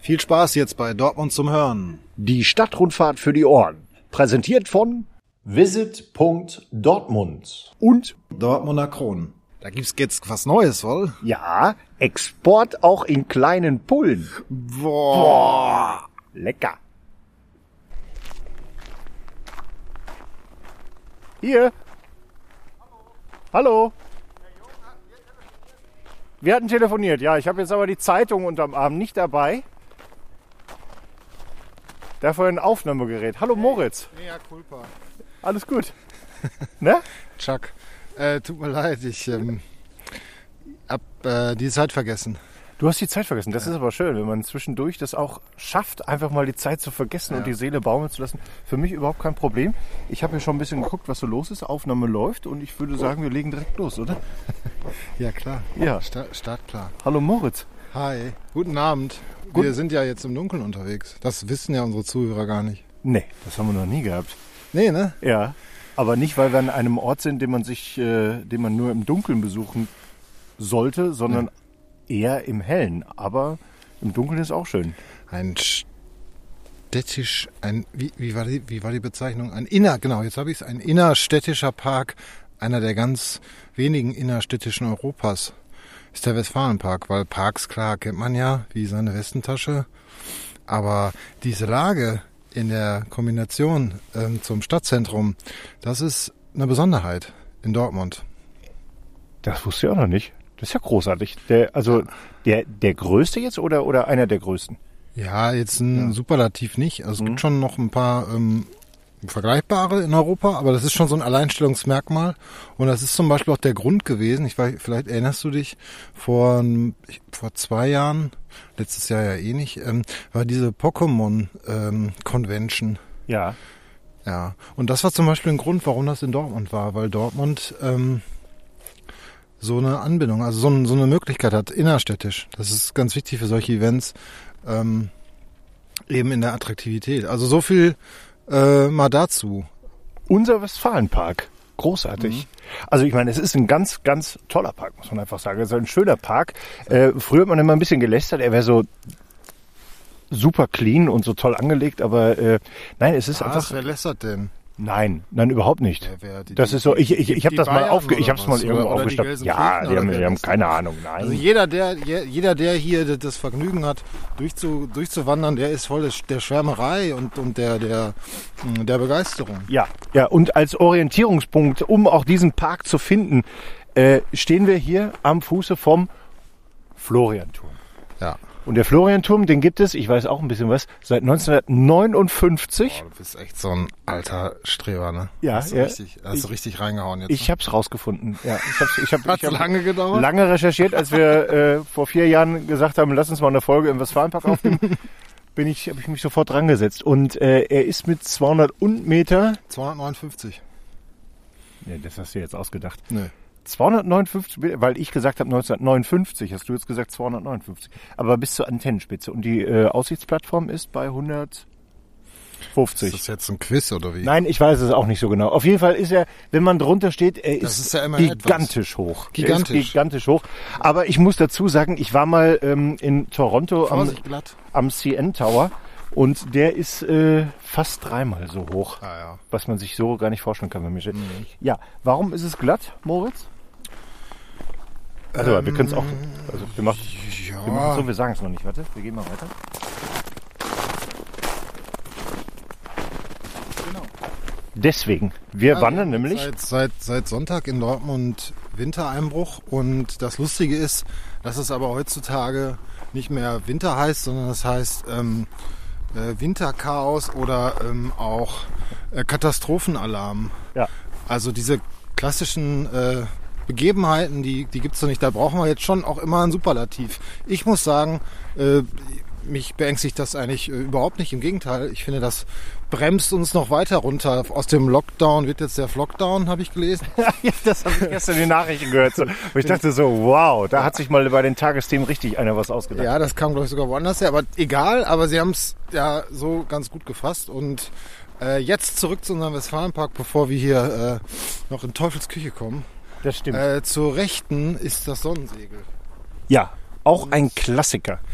Viel Spaß jetzt bei Dortmund zum Hören. Die Stadtrundfahrt für die Ohren. Präsentiert von Visit.Dortmund und Dortmunder Kronen. Da gibt's jetzt was Neues, wohl? ja, Export auch in kleinen Pullen. Boah. Lecker. Hier. Hallo. Wir hatten telefoniert, ja. Ich habe jetzt aber die Zeitung unterm Arm nicht dabei. Dafür ein Aufnahmegerät. Hallo Moritz. Mea culpa. Alles gut? Ne? Chuck, tut mir leid, ich hab die Zeit vergessen. Du hast die Zeit vergessen. Das ist aber schön, wenn man zwischendurch das auch schafft, einfach mal die Zeit zu vergessen und die Seele baumeln zu lassen. Für mich überhaupt kein Problem. Ich habe ja schon ein bisschen geguckt, was so los ist. Aufnahme läuft und ich würde sagen, wir legen direkt los, oder? Ja, klar. Ja. Startklar. Hallo Moritz. Hi, guten Abend. Wir sind ja jetzt im Dunkeln unterwegs. Das wissen ja unsere Zuhörer gar nicht. Nee, das haben wir noch nie gehabt. Nee, ne? Ja, aber nicht, weil wir an einem Ort sind, den man nur im Dunkeln besuchen sollte, sondern eher im Hellen. Aber im Dunkeln ist auch schön. Wie war die Bezeichnung? Ein innerstädtischer Park, einer der ganz wenigen innerstädtischen Europas, ist der Westfalenpark, weil Parks, klar, kennt man ja, wie seine Westentasche. Aber diese Lage in der Kombination zum Stadtzentrum, das ist eine Besonderheit in Dortmund. Das wusste ich auch noch nicht. Das ist ja großartig. Der größte jetzt oder einer der größten? Ja, jetzt ein Superlativ nicht. Also es gibt schon noch ein paar vergleichbare in Europa, aber das ist schon so ein Alleinstellungsmerkmal. Und das ist zum Beispiel auch der Grund gewesen, vielleicht erinnerst du dich, vor 2 Jahren, letztes Jahr ja eh nicht, war diese Pokémon Convention. Ja, und das war zum Beispiel ein Grund, warum das in Dortmund war, weil Dortmund so eine Anbindung, also so eine Möglichkeit hat, innerstädtisch. Das ist ganz wichtig für solche Events, eben in der Attraktivität. Also so viel mal dazu. Unser Westfalenpark. Großartig. Also ich meine, es ist ein ganz, ganz toller Park, muss man einfach sagen. Es ist ein schöner Park. Früher hat man immer ein bisschen gelästert, er wäre so super clean und so toll angelegt, aber nein, es ist einfach... Wer lästert denn? Nein, überhaupt nicht. Das ist so, ich habe das mal irgendwo aufgestapelt. Ja, die haben keine Ahnung, nein. Also jeder, der hier das Vergnügen hat, durchzuwandern, der ist voll der Schwärmerei und der Begeisterung. Ja, und als Orientierungspunkt, um auch diesen Park zu finden, stehen wir hier am Fuße vom Florianturm. Ja. Und der Florianturm, den gibt es, ich weiß auch ein bisschen was, seit 1959. Oh, du bist echt so ein alter Streber, ne? Ja, hast du richtig reingehauen jetzt. Ich hab's rausgefunden. Ja, ich hab lange gedauert? Lange recherchiert, als wir vor 4 Jahren gesagt haben, lass uns mal eine Folge im Westfalenpark aufnehmen, habe ich mich sofort dran gesetzt. Und er ist mit 200 Meter... 259. Nee, das hast du jetzt ausgedacht. Nö. 259, weil ich gesagt habe 1959, hast du jetzt gesagt 259. Aber bis zur Antennenspitze. Und die Aussichtsplattform ist bei 150. Ist das jetzt ein Quiz oder wie? Nein, ich weiß es auch nicht so genau. Auf jeden Fall ist er, wenn man drunter steht, er ist ja gigantisch hoch. Gigantisch. Gigantisch hoch. Aber ich muss dazu sagen, ich war mal in Toronto am CN Tower. Und der ist fast 3-mal so hoch, was man sich so gar nicht vorstellen kann. Wenn man Ja, warum ist es glatt, Moritz? Also wir können es auch, wir machen so, wir sagen es noch nicht. Warte, wir gehen mal weiter. Genau. Deswegen, wir wandern nämlich... Seit Sonntag in Dortmund Wintereinbruch und das Lustige ist, dass es aber heutzutage nicht mehr Winter heißt, sondern es heißt... Winterchaos oder auch Katastrophenalarm. Ja. Also diese klassischen Begebenheiten, die gibt's doch nicht. Da brauchen wir jetzt schon auch immer ein Superlativ. Ich muss sagen, mich beängstigt das eigentlich überhaupt nicht. Im Gegenteil, ich finde, das bremst uns noch weiter runter. Aus dem Lockdown wird jetzt der Flockdown, habe ich gelesen. Ja, das habe ich gestern in den Nachrichten gehört. So. Und ich dachte so, wow, da hat sich mal bei den Tagesthemen richtig einer was ausgedacht. Ja, das kam, glaube ich, sogar woanders her. Aber egal, aber sie haben es ja so ganz gut gefasst. Und jetzt zurück zu unserem Westfalenpark, bevor wir hier noch in Teufelsküche kommen. Das stimmt. Zur Rechten ist das Sonnensegel. Ja, auch ein Klassiker.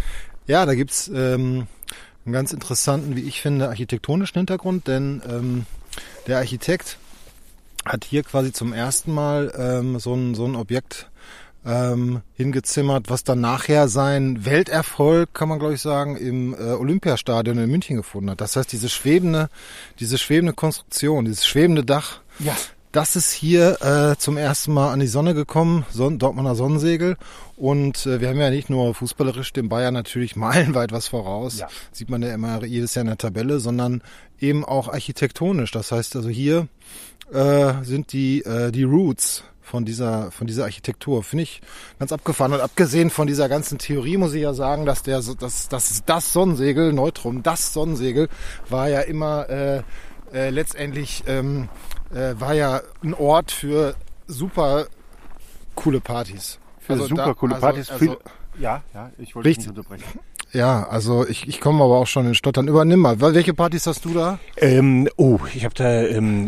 Ja, da gibt's einen ganz interessanten, wie ich finde, architektonischen Hintergrund, denn der Architekt hat hier quasi zum ersten Mal so ein Objekt hingezimmert, was dann nachher sein Welterfolg, kann man glaube ich sagen, im Olympiastadion in München gefunden hat. Das heißt, diese schwebende Konstruktion, dieses schwebende Dach, Ja. das ist hier zum ersten Mal an die Sonne gekommen, Dortmunder Sonnensegel. Und wir haben ja nicht nur fußballerisch dem Bayern natürlich meilenweit was voraus, Ja. sieht man ja immer jedes Jahr in der Tabelle, sondern eben auch architektonisch. Das heißt also hier sind die Roots von dieser Architektur. Finde ich ganz abgefahren. Und abgesehen von dieser ganzen Theorie muss ich ja sagen, dass das Sonnensegel, Neutrum, das Sonnensegel, war ja immer letztendlich war ja ein Ort für super coole Partys. Partys. Ja, ich wollte dich nicht unterbrechen. Ja, also ich komme aber auch schon in Stottern. Übernimm mal. Welche Partys hast du da? Ich habe da,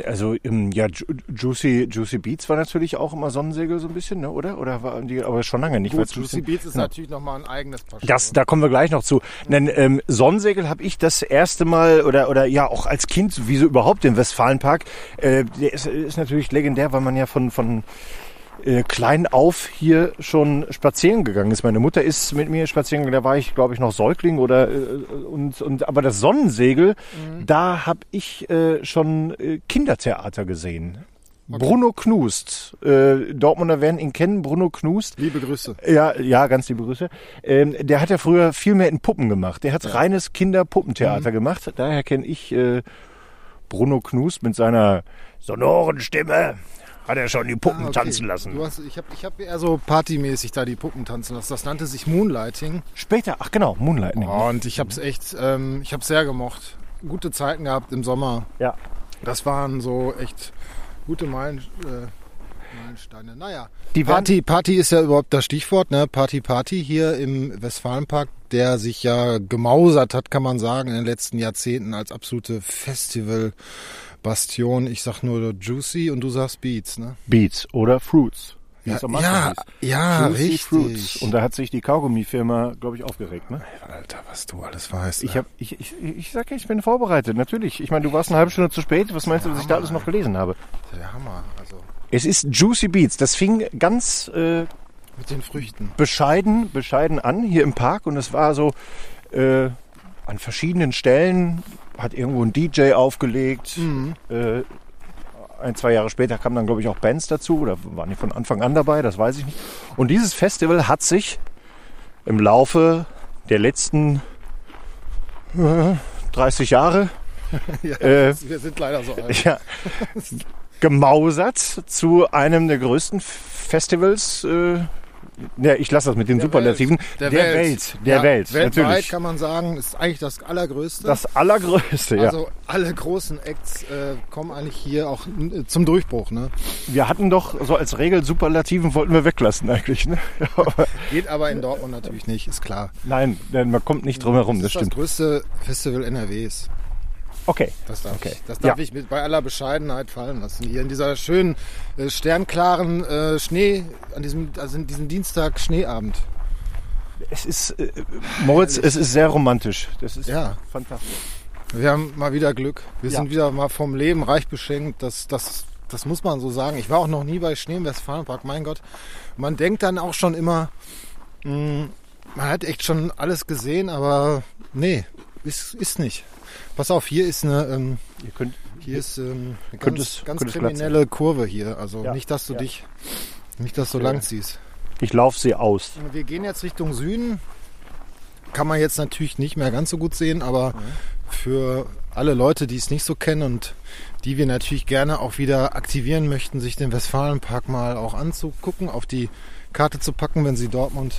Juicy Beats war natürlich auch immer Sonnensegel so ein bisschen, ne, oder? Oder waren die, aber schon lange nicht. Gut, Juicy Beats ist natürlich nochmal ein eigenes Paar Schuhe. Da kommen wir gleich noch zu. Denn Sonnensegel habe ich das erste Mal oder ja auch als Kind, wie so überhaupt im Westfalenpark, der ist natürlich legendär, weil man ja von klein auf hier schon spazieren gegangen ist. Meine Mutter ist mit mir spazieren gegangen, da war ich, glaube ich, noch Säugling oder aber das Sonnensegel, da habe ich schon Kindertheater gesehen. Okay. Bruno Knust, Dortmunder werden ihn kennen, Bruno Knust. Liebe Grüße. Ja, ganz liebe Grüße. Der hat ja früher viel mehr in Puppen gemacht. Der hat reines Kinderpuppentheater gemacht. Daher kenne ich Bruno Knust mit seiner sonoren Stimme. Hat er schon die Puppen tanzen lassen. Ich hab eher so partymäßig da die Puppen tanzen lassen. Das nannte sich Moonlighting. Später, ach genau, Moonlighting. Oh, und ich hab's echt, ich hab's sehr gemocht. Gute Zeiten gehabt im Sommer. Ja. Das waren so echt gute Meilensteine. Naja, Party ist ja überhaupt das Stichwort, ne? Party hier im Westfalenpark, der sich ja gemausert hat, kann man sagen, in den letzten Jahrzehnten als absolute Festival-Bastion. Ich sag nur Juicy und du sagst Beats, ne? Beats oder Fruits. Ja, Juicy richtig. Fruits. Und da hat sich die Kaugummi-Firma, glaube ich, aufgeregt, ne? Alter, was du alles weißt. Ich sag ja, ich bin vorbereitet, natürlich. Ich meine, du warst eine halbe Stunde zu spät. Was meinst du, was ich da alles noch gelesen habe? Der Hammer, also. Es ist Juicy Beats. Das fing ganz mit den Früchten bescheiden an hier im Park. Und es war so an verschiedenen Stellen hat irgendwo ein DJ aufgelegt. 1-2 Jahre später kamen dann, glaube ich, auch Bands dazu. Oder waren die von Anfang an dabei? Das weiß ich nicht. Und dieses Festival hat sich im Laufe der letzten 30 Jahre wir sind leider so alt. Ja, gemausert zu einem der größten Festivals. Ich lasse das mit den Superlativen. Der Welt, Welt, weltweit natürlich. Kann man sagen, ist eigentlich das Allergrößte. Das Allergrößte, ja. Also alle großen Acts kommen eigentlich hier auch zum Durchbruch, ne? Wir hatten doch so als Regel Superlativen wollten wir weglassen eigentlich, ne? Geht aber in Dortmund natürlich nicht, ist klar. Nein, denn man kommt nicht drum herum, das stimmt. Das größte Festival NRWs. Okay. Das darf ich bei aller Bescheidenheit fallen lassen. Hier in dieser schönen, sternklaren Schnee, in diesem Dienstag Schneeabend. Es ist, Moritz, es ist sehr romantisch. Das ist fantastisch. Wir haben mal wieder Glück. Wir sind wieder mal vom Leben reich beschenkt. Das muss man so sagen. Ich war auch noch nie bei Schnee im Westfalenpark, mein Gott. Man denkt dann auch schon immer, man hat echt schon alles gesehen, aber ist nicht. Pass auf, hier ist eine ganz kriminelle Kurve hier. Also nicht, dass du lang ziehst. Ich laufe sie aus. Wir gehen jetzt Richtung Süden. Kann man jetzt natürlich nicht mehr ganz so gut sehen, aber für alle Leute, die es nicht so kennen und die wir natürlich gerne auch wieder aktivieren möchten, sich den Westfalenpark mal auch anzugucken, auf die Karte zu packen, wenn sie Dortmund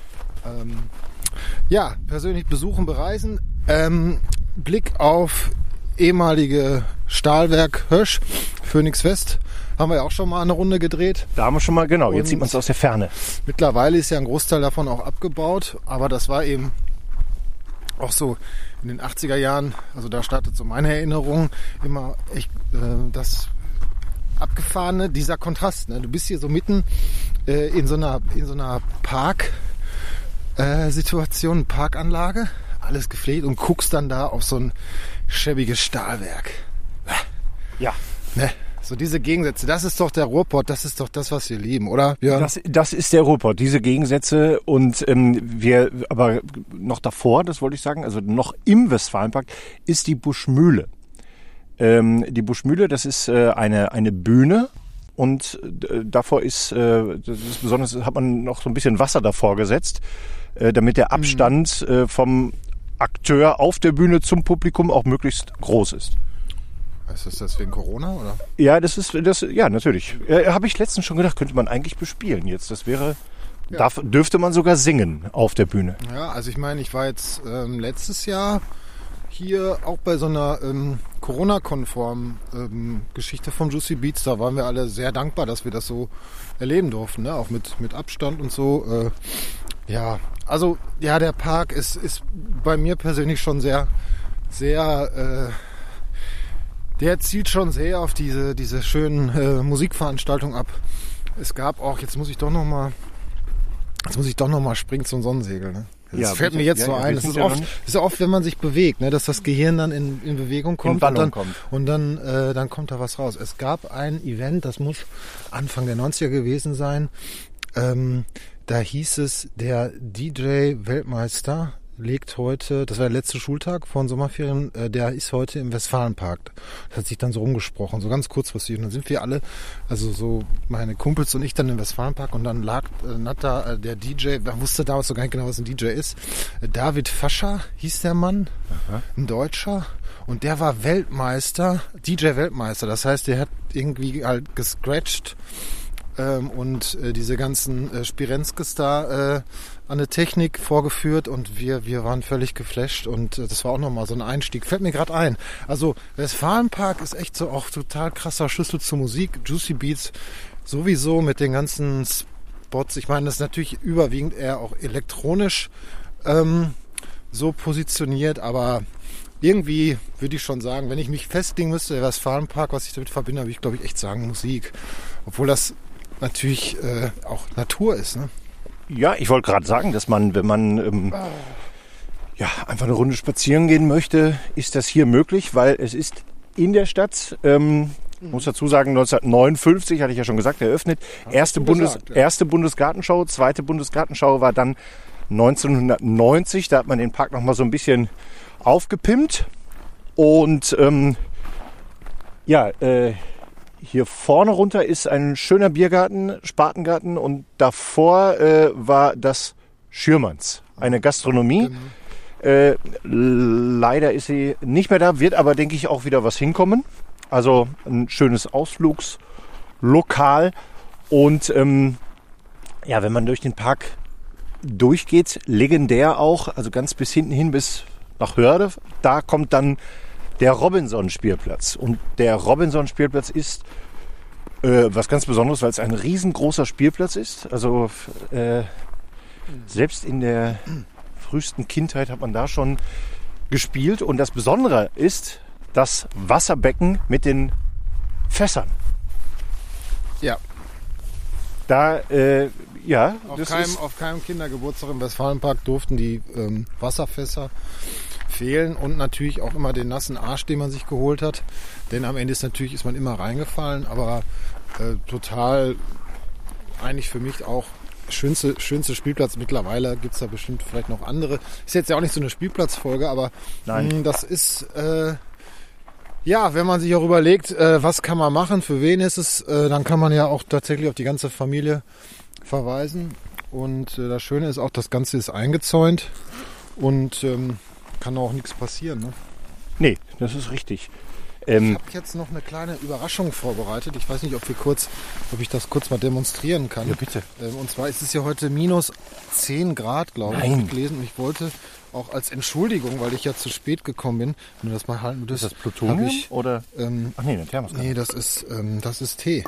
persönlich besuchen, bereisen. Blick auf ehemalige Stahlwerk Hösch, Phoenix West, haben wir ja auch schon mal eine Runde gedreht. Da haben wir schon mal, genau, jetzt sieht man es aus der Ferne. Mittlerweile ist ja ein Großteil davon auch abgebaut, aber das war eben auch so in den 80er Jahren, also da startet so meine Erinnerung, immer echt das Abgefahrene, dieser Kontrast. Ne? Du bist hier so mitten in so einer Park, Situation, Parkanlage, alles gepflegt und guckst dann da auf so ein schäbiges Stahlwerk. Ja. Ne? So diese Gegensätze, das ist doch der Ruhrpott, das ist doch das, was wir lieben, oder, Björn? Das ist der Ruhrpott, diese Gegensätze und wir, aber noch davor, das wollte ich sagen, also noch im Westfalenpark ist die Buschmühle. Die Buschmühle, das ist eine Bühne. Und davor ist, das ist besonders, hat man noch so ein bisschen Wasser davor gesetzt, damit der Abstand vom Akteur auf der Bühne zum Publikum auch möglichst groß ist. Ist das wegen Corona, oder? Ja, ja, natürlich. Habe ich letztens schon gedacht, könnte man eigentlich bespielen jetzt. Das wäre, dürfte man sogar singen auf der Bühne. Ja, also ich meine, ich war jetzt letztes Jahr hier auch bei so einer Corona-konformen Geschichte vom Juicy Beats. Da waren wir alle sehr dankbar, dass wir das so erleben durften, ne? Auch mit Abstand und so. Ja, also ja, der Park ist bei mir persönlich schon sehr, sehr, der zielt schon sehr auf diese schönen Musikveranstaltungen ab. Es gab auch, jetzt muss ich doch noch mal springen zum Sonnensegel, ne? Das fällt mir jetzt so ein. Das ist ja oft, wenn man sich bewegt, ne, dass das Gehirn dann in Bewegung kommt und dann kommt da was raus. Es gab ein Event, das muss Anfang der 90er gewesen sein. Da hieß es, der DJ-Weltmeister legt heute, das war der letzte Schultag von Sommerferien, der ist heute im Westfalenpark. Das hat sich dann so rumgesprochen, so ganz kurzfristig. Und dann sind wir alle, also so meine Kumpels und ich dann im Westfalenpark und dann lag da der DJ, wer wusste damals so gar nicht genau, was ein DJ ist. David Fascher hieß der Mann, ein Deutscher. Und der war Weltmeister, DJ-Weltmeister. Das heißt, der hat irgendwie halt gescratcht und diese ganzen Spirenzkes da an der Technik vorgeführt und wir waren völlig geflasht und das war auch nochmal so ein Einstieg. Fällt mir gerade ein. Also Westfalenpark ist echt so auch total krasser Schlüssel zur Musik. Juicy Beats sowieso mit den ganzen Spots. Ich meine, das ist natürlich überwiegend eher auch elektronisch so positioniert, aber irgendwie würde ich schon sagen, wenn ich mich festlegen müsste, der Westfalenpark, was ich damit verbinde, würde ich glaube ich echt sagen Musik. Obwohl das natürlich auch Natur ist, ne? Ja, ich wollte gerade sagen, dass man, wenn man einfach eine Runde spazieren gehen möchte, ist das hier möglich, weil es ist in der Stadt, muss dazu sagen, 1959, hatte ich ja schon gesagt, eröffnet. Erste Bundesgartenschau, zweite Bundesgartenschau war dann 1990. Da hat man den Park nochmal so ein bisschen aufgepimpt. Und hier vorne runter ist ein schöner Biergarten, Spatengarten und davor war das Schürmanns, eine Gastronomie. Genau. Leider ist sie nicht mehr da, wird aber, denke ich, auch wieder was hinkommen. Also ein schönes Ausflugslokal. Und wenn man durch den Park durchgeht, legendär auch, also ganz bis hinten hin, bis nach Hörde, da kommt dann der Robinson-Spielplatz. Und der Robinson-Spielplatz ist was ganz Besonderes, weil es ein riesengroßer Spielplatz ist. Also selbst in der frühesten Kindheit hat man da schon gespielt. Und das Besondere ist das Wasserbecken mit den Fässern. Ja. Da, auf keinem Kindergeburtstag im Westfalenpark durften die Wasserfässer fehlen und natürlich auch immer den nassen Arsch, den man sich geholt hat. Denn am Ende ist man immer reingefallen, aber total eigentlich für mich auch schönste Spielplatz. Mittlerweile gibt es da bestimmt vielleicht noch andere. Ist jetzt ja auch nicht so eine Spielplatzfolge, aber das ist wenn man sich auch überlegt, was kann man machen, für wen ist es, dann kann man ja auch tatsächlich auf die ganze Familie verweisen. Und das Schöne ist auch, das Ganze ist eingezäunt und kann auch nichts passieren. Ne? Nee, das ist richtig. Ich habe jetzt noch eine kleine Überraschung vorbereitet. Ich weiß nicht, ob ich das kurz mal demonstrieren kann. Ja, bitte. Und zwar ist es ja heute minus 10 Grad, glaube ich, gelesen. Und ich wollte auch als Entschuldigung, weil ich ja zu spät gekommen bin, wenn du das mal halten würdest. Ist das Plutonium oder? eine Thermoskanne. Nee, das ist Tee.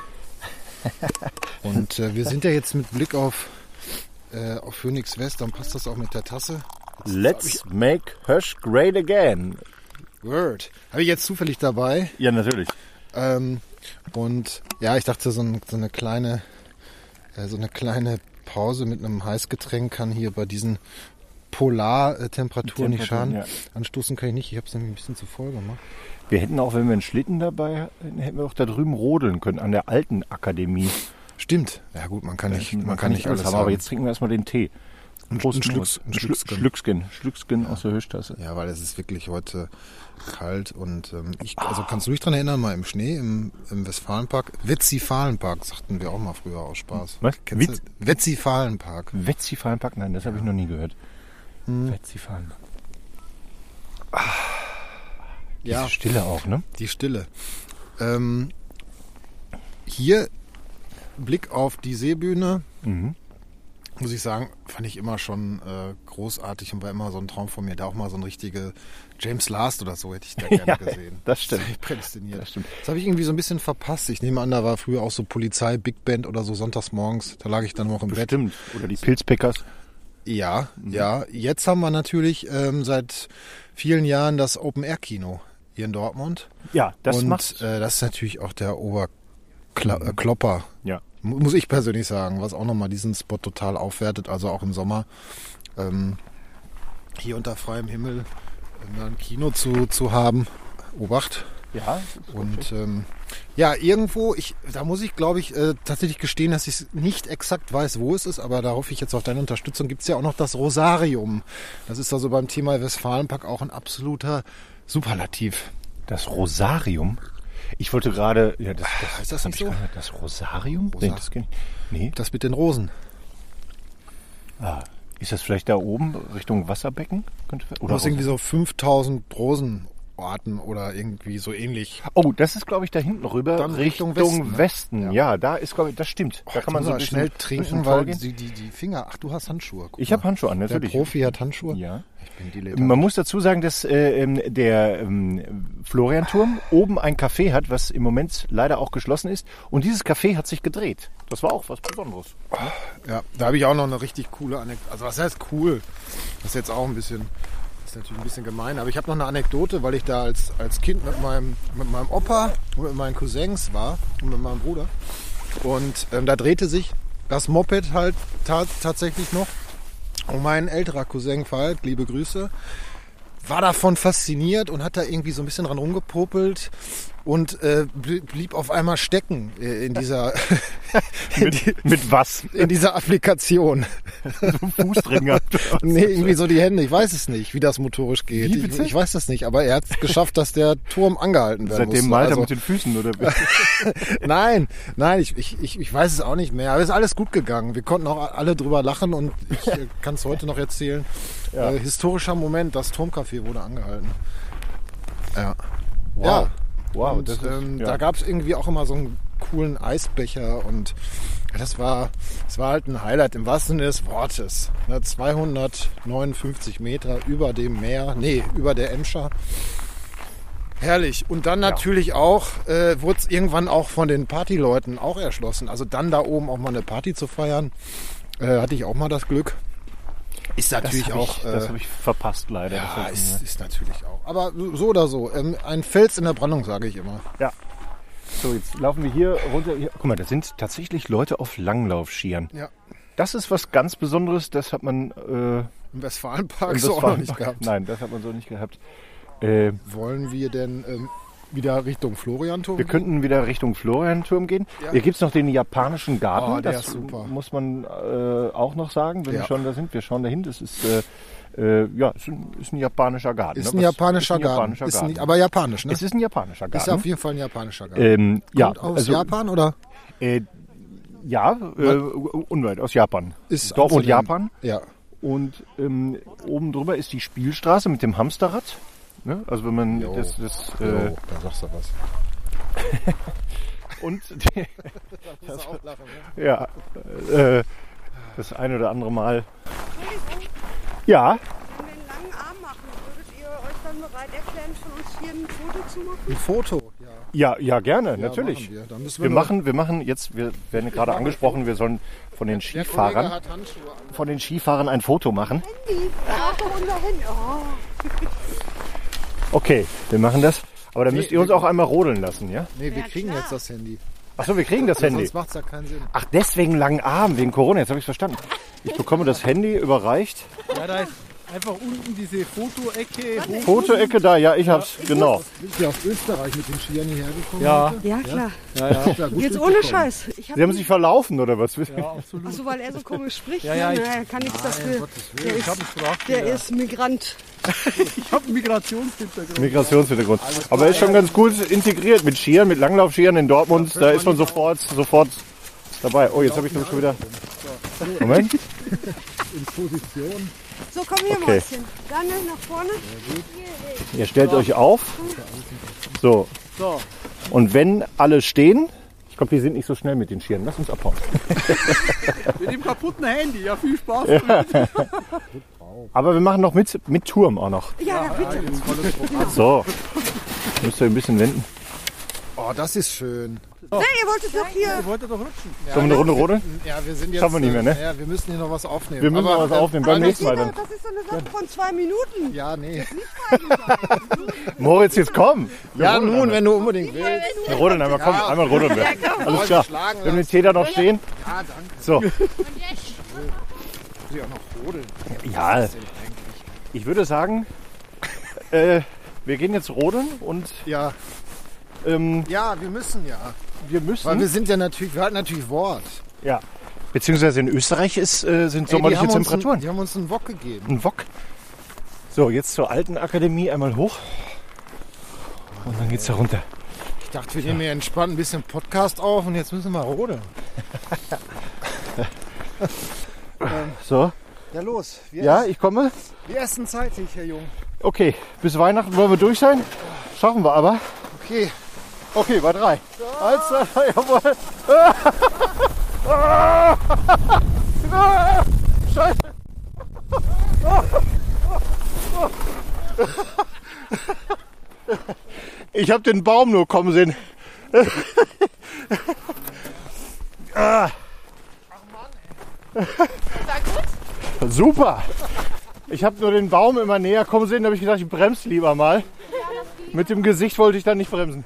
Und wir sind ja jetzt mit Blick auf Phoenix West, dann passt das auch mit der Tasse. Let's make Hösch great again. Word. Habe ich jetzt zufällig dabei. Ja, natürlich. Und ja, ich dachte, so eine kleine Pause mit einem Heißgetränk kann hier bei diesen Polartemperaturen nicht schaden. Ja. Anstoßen kann ich nicht, ich habe es nämlich ein bisschen zu voll gemacht. Wir hätten auch, wenn wir einen Schlitten dabei hätten, hätten wir auch da drüben rodeln können, an der alten Akademie. Stimmt. Ja gut, man kann nicht alles haben. Aber jetzt trinken wir erstmal den Tee. Ein Schlückskin aus der Höchstasse. Ja, weil es ist wirklich heute kalt und also kannst du dich dran erinnern, mal im Schnee im Westfalenpark, Westfalenpark sagten wir auch mal früher aus Spaß. Was? Westfalenpark. Westfalenpark? Nein, das habe ich noch nie gehört. Westfalenpark. Ja. Die Stille auch, ne? Die Stille. Hier Blick auf die Seebühne. Muss ich sagen, fand ich immer schon großartig und war immer so ein Traum von mir. Da auch mal so ein richtige James Last oder so hätte ich da gerne gesehen. Das stimmt. Das prädestiniert. Das stimmt. Das habe ich irgendwie so ein bisschen verpasst. Ich nehme an, da war früher auch so Polizei, Big Band oder so sonntags morgens. Da lag ich dann noch im Bett. Stimmt. Oder die Pilzpickers. Ja, ja. Jetzt haben wir natürlich seit vielen Jahren das Open-Air-Kino hier in Dortmund. Ja, das macht. Das ist natürlich auch der Oberklopper. Ja. Muss ich persönlich sagen, was auch nochmal diesen Spot total aufwertet, also auch im Sommer hier unter freiem Himmel ein Kino zu haben. Obacht. Ja. Und ja, irgendwo, da muss ich glaube ich tatsächlich gestehen, dass ich nicht exakt weiß, wo es ist, aber da hoffe ich jetzt auf deine Unterstützung. Gibt es ja auch noch das Rosarium. Das ist also beim Thema Westfalenpark auch ein absoluter Superlativ. Das Rosarium? Ich wollte gerade, ja, ist das nicht so? Das Rosarium? Nee, das kenn ich. Nee. Das mit den Rosen. Ist das vielleicht da oben Richtung Wasserbecken? Oder das irgendwie so 5000 Rosenarten oder irgendwie so ähnlich. Oh, das ist glaube ich da hinten rüber Dann Richtung Westen. Westen. Ja, da ist glaube ich, das stimmt. Da kann man so schnell trinken, weil die Finger, du hast Handschuhe. Ich habe Handschuhe an, natürlich. Der Profi hat Handschuhe. Ja. Ich bin Dilettant. Man muss dazu sagen, dass der Florianturm oben ein Café hat, was im Moment leider auch geschlossen ist. Und dieses Café hat sich gedreht. Das war auch was Besonderes. Ja, da habe ich auch noch eine richtig coole Anekdote. Also was heißt cool? Das ist jetzt auch ein bisschen, ist natürlich ein bisschen gemein. Aber ich habe noch eine Anekdote, weil ich da als Kind mit meinem Opa und mit meinen Cousins war und mit meinem Bruder. Und da drehte sich das Moped halt tatsächlich noch. Und mein älterer Cousin Falk, liebe Grüße, war davon fasziniert und hat da irgendwie so ein bisschen dran rumgepopelt und blieb auf einmal stecken in dieser mit was? In dieser Applikation. So einen Fuß drin gehabt. Nee, irgendwie so die Hände. Ich weiß es nicht, wie das motorisch geht. Ich weiß das nicht, aber er hat es geschafft, dass der Turm angehalten werden musste. Seitdem malt er mit den Füßen, oder? Nein, ich weiß es auch nicht mehr. Aber es ist alles gut gegangen. Wir konnten auch alle drüber lachen und ich kann es heute noch erzählen. Ja. Historischer Moment, das Turmcafé wurde angehalten. Ja. Wow. Ja. Wow, und da gab es irgendwie auch immer so einen coolen Eisbecher und das war halt ein Highlight im wahrsten Sinne des Wortes. 259 Meter über dem Meer, über der Emscher. Herrlich. Und dann natürlich auch, wurde es irgendwann auch von den Partyleuten auch erschlossen. Also dann da oben auch mal eine Party zu feiern, hatte ich auch mal das Glück. Ist natürlich das habe ich verpasst, leider. Ja, ist natürlich auch. Aber so oder so. Ein Fels in der Brandung, sage ich immer. Ja. So, jetzt laufen wir hier runter. Guck mal, da sind tatsächlich Leute auf Langlaufskiern. Ja. Das ist was ganz Besonderes. Das hat man im Westfalenpark so auch noch nicht gehabt. Nein, das hat man so nicht gehabt. Wollen wir denn wieder Richtung Florianturm? Wir könnten wieder Richtung Florianturm gehen. Ja. Hier gibt es noch den japanischen Garten. Oh, der das ist super. Muss man auch noch sagen, wenn wir schon da sind. Wir schauen dahin. Das ist ist ein japanischer Garten. Ist ein japanischer Garten. Aber japanisch, ne? Es ist ein japanischer Garten. Ist auf jeden Fall ein japanischer Garten. Kommt aus Japan, oder? Unweit aus Japan. Ist Dortmund, Japan. Ja. Und oben drüber ist die Spielstraße mit dem Hamsterrad. Ne? Also wenn man da sagst du was. Und da musst du auch lachen, das ein oder andere Mal. Ja. Wenn wir einen langen Arm machen, würdet ihr euch dann bereit erklären, von uns hier ein Foto zu machen? Ein Foto, ja. Ja, gerne, natürlich. Machen wir. Dann müssen wir machen jetzt, wir werden gerade angesprochen, wir sollen von den Skifahrern ein Foto machen. Handy, Foto und dahin. Oh. Okay, wir machen das. Aber dann müsst ihr uns auch einmal rodeln lassen, ja? Nee, wir kriegen jetzt das Handy. Achso, wir kriegen das Handy. Sonst macht es ja keinen Sinn. Ach, deswegen langen Arm, wegen Corona. Jetzt habe ich verstanden. Ich bekomme das Handy überreicht. Ja, da ist einfach unten diese Fotoecke. Fotoecke da, ja, ich hab's, genau. Sind Sie aus Österreich mit den Skiern hierher gekommen? Ja. Ja, klar. Ja, gut Jetzt ohne Scheiß. Sie haben sich verlaufen, oder was? Ja, absolut. Achso, weil er so komisch spricht. Ja, ja, ne? ich- Er kann nichts dafür. Der Ich habe ist, einen Sprachfehler. der ist Migrant. Ich habe einen Migrationshintergrund. Migrationshintergrund. Aber er ist schon ganz gut integriert mit Skiern, mit Langlaufskiern in Dortmund. Da ist man sofort dabei. Oh, jetzt habe ich nämlich schon wieder... Moment. In Position. So, komm hier, Okay. Mäuschen. Daniel, nach vorne. Ihr stellt euch auf. So. So. Und wenn alle stehen... Ich glaube, die sind nicht so schnell mit den Skiern. Lass uns abhauen. Mit dem kaputten Handy. Ja, viel Spaß damit. Aber wir machen noch mit Turm auch noch. Ja, bitte. So. Müsst ihr ein bisschen wenden. Oh, das ist schön. Nee, ihr wolltet doch hier. Ihr wolltet doch rutschen. Sollen wir eine Runde rodeln? Ja, wir sind jetzt. Schaffen wir nicht mehr, ne? Ja, wir müssen hier noch was aufnehmen. Wir müssen noch was aufnehmen. Beim nächsten Mal dann. Das ist so eine Sache von 2 Minuten. Ja, nee. Moritz, jetzt komm. Ja, nun, wenn du unbedingt willst. Wir rodeln einmal. Komm, einmal rodeln wir. Alles klar. Wir haben den Täter noch stehen. Ja, danke. So. Muss ich auch noch rodeln. Ja. Ich würde sagen, wir gehen jetzt rodeln und Ja, ja, wir müssen ja. wir müssen. Weil wir sind ja natürlich, wir halten natürlich Wort. Ja. Beziehungsweise in Österreich sind sommerliche Temperaturen. Die haben uns einen Wok gegeben. Ein Wok. So, jetzt zur alten Akademie einmal hoch. Und dann geht's da runter. Ich dachte, wir nehmen hier entspannt ein bisschen Podcast auf und jetzt müssen wir rodeln. So. Ja, los. Ja, ich komme. Wir essen zeitig, Herr Jung. Okay, Bis Weihnachten wollen wir durch sein. Schaffen wir aber. okay. Okay, bei 3. 1, 2, 3, jawohl. Scheiße. Ich habe den Baum nur kommen sehen. Super. Ich habe nur den Baum immer näher kommen sehen, da habe ich gedacht, ich bremse lieber mal. Mit dem Gesicht wollte ich dann nicht bremsen.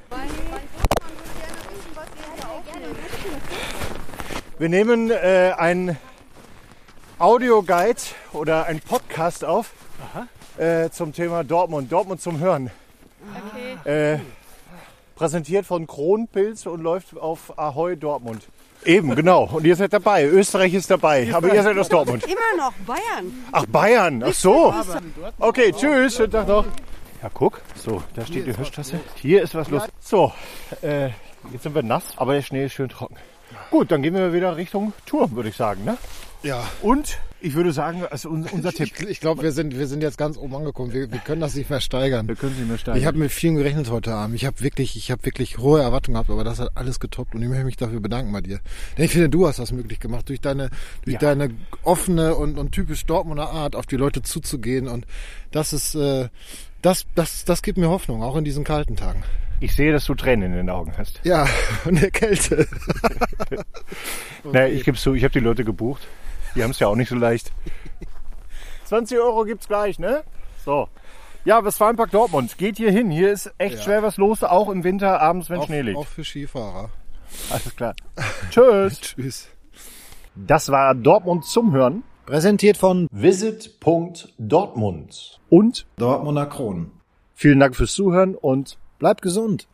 Wir nehmen ein Audioguide oder ein Podcast auf zum Thema Dortmund. Dortmund zum Hören. Okay. Präsentiert von Kronpilz und läuft auf Ahoi Dortmund. Eben, genau. Und ihr seid dabei. Österreich ist dabei. Aber ihr seid aus Dortmund. Immer noch Bayern. Ach, Bayern. Ach so. Okay, tschüss. Schönen Tag noch. Ja, guck. So, da steht die Hörstraße. Hier ist was los. So, jetzt sind wir nass, aber der Schnee ist schön trocken. Gut, dann gehen wir wieder Richtung Turm, würde ich sagen. Ne? Ja. Und ich würde sagen, also unser Tipp. Ich glaube, wir sind jetzt ganz oben angekommen. Wir können das nicht mehr steigern. Wir können sie nicht mehr steigen. Ich habe mit vielen gerechnet heute Abend. Ich habe wirklich hohe Erwartungen gehabt, aber das hat alles getoppt und ich möchte mich dafür bedanken bei dir. Denn ich finde, du hast das möglich gemacht, durch deine offene und typisch Dortmunder Art auf die Leute zuzugehen und das ist das gibt mir Hoffnung, auch in diesen kalten Tagen. Ich sehe, dass du Tränen in den Augen hast. Ja, und der Kälte. Naja, ich gebe zu, ich habe die Leute gebucht. Die haben es ja auch nicht so leicht. 20 € gibt's gleich, ne? So. Ja, Westfalenpark Dortmund. Geht hier hin. Hier ist echt schwer was los, auch im Winter, abends, wenn Schnee liegt. Auch für Skifahrer. Alles klar. Tschüss. Tschüss. Das war Dortmund zum Hören. Präsentiert von Visit.Dortmund. Und Dortmunder Kronen. vielen Dank fürs Zuhören und Bleibt gesund.